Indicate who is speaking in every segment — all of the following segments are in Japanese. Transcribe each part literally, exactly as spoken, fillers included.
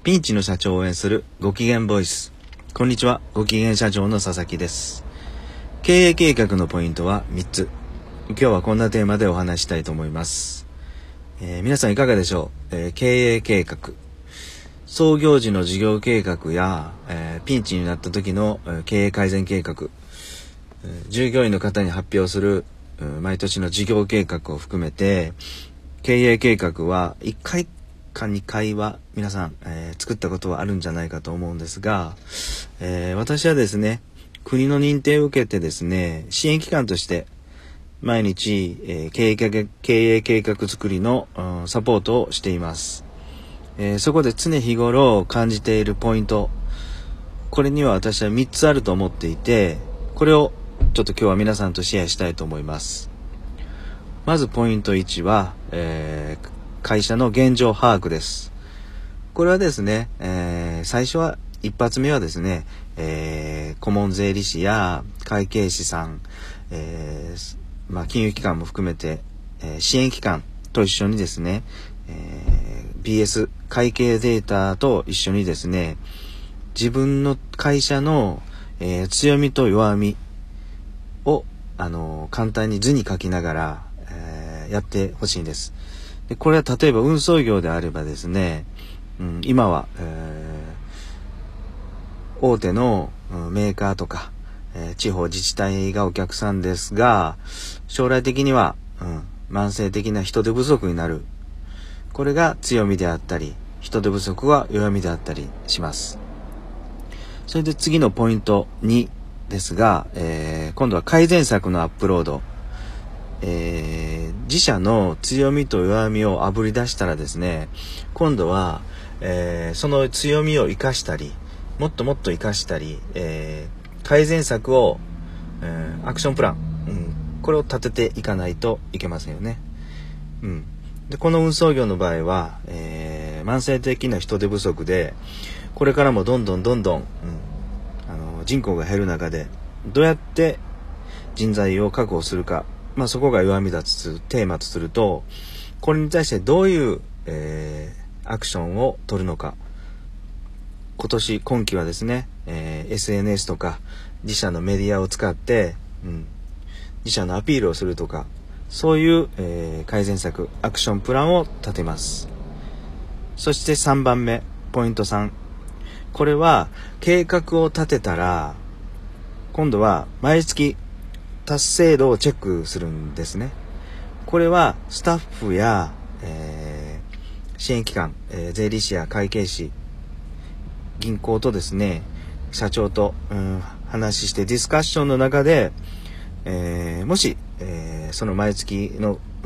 Speaker 1: ピンチの社長を応援するご機嫌ボイス。こんにちは、ご機嫌社長の佐々木です。経営計画のポイントはみっつ。今日はこんなテーマでお話したいと思います。えー、皆さんいかがでしょう、えー、経営計画。創業時の事業計画や、えー、ピンチになった時の、えー、経営改善計画、えー、従業員の方に発表する、えー、毎年の事業計画を含めて、経営計画はいっかいかにかいは皆さん、えー、作ったことはあるんじゃないかと思うんですが、えー、私はですね、国の認定を受けてですね、支援機関として毎日、えー、経営計画、経営計画作りの、うん、サポートをしています。えー、そこで常日頃感じているポイント、これには私はみっつあると思っていて、これをちょっと今日は皆さんとシェアしたいと思います。まずポイントいちは、えー、会社の現状把握です。これはですね、えー、最初は一発目はですね、えー、顧問税理士や会計士さん、えーまあ、金融機関も含めて、えー、支援機関と一緒にですね、えー、ビーエス 会計データと一緒にですね、自分の会社の、えー、強みと弱みを、あのー、簡単に図に書きながら、えー、やってほしいんです。でこれは例えば運送業であればですね、うん、今は、えー、大手の、うん、メーカーとか、えー、地方自治体がお客さんですが、将来的には、うん、慢性的な人手不足になる。これが強みであったり、人手不足は弱みであったりします。それで次のポイントにですが、えー、今度は改善策のアップロード。えー、自社の強みと弱みをあぶり出したらですね、今度は、えー、その強みを生かしたり、もっともっと生かしたり、えー、改善策を、えー、アクションプラン、うん、これを立てていかないといけませんよね。うん、でこの運送業の場合は、えー、慢性的な人手不足で、これからもどんどんどんどん、うん、あの人口が減る中で、どうやって人材を確保するか、まあ、そこが弱みだとするテーマとすると、これに対してどういう、えー、アクションを取るのか。今年今期はですね、えー、エスエヌエス とか自社のメディアを使って、うん、自社のアピールをするとか、そういう、えー、改善策、アクションプランを立てます。そしてさんばんめ、ポイントさん、これは計画を立てたら、今度は毎月達成度をチェックするんですね。これはスタッフや、えー、支援機関、えー、税理士や会計士、銀行とですね、社長と、うん、話してディスカッションの中で、えー、もし、えー、その毎月の、うん、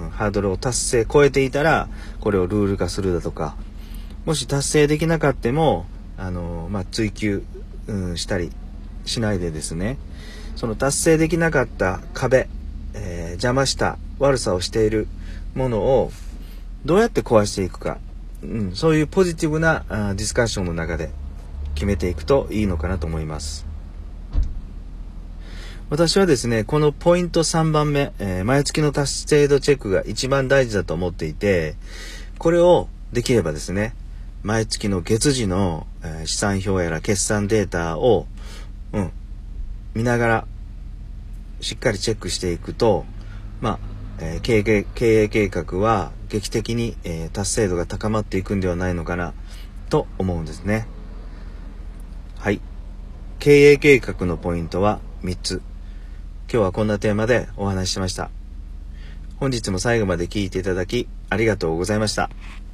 Speaker 1: ハードルを達成超えていたら、これをルール化するだとか、もし達成できなかったも、あのー、まあ、追求、うん、したりしないでですね、その達成できなかった壁、えー、邪魔した悪さをしているものをどうやって壊していくか、うん、そういうポジティブなあディスカッションの中で決めていくといいのかなと思います。私はですね、このポイントさんばんめ、えー、毎月の達成度チェックが一番大事だと思っていて、これをできればですね、毎月の月次の、えー、資産表やら決算データを、うん見ながらしっかりチェックしていくと、まあ、えー、経営、経営計画は劇的に、えー、達成度が高まっていくんではないのかなと思うんですね。はい。経営計画のポイントはみっつ。今日はこんなテーマでお話ししました。本日も最後まで聞いていただきありがとうございました。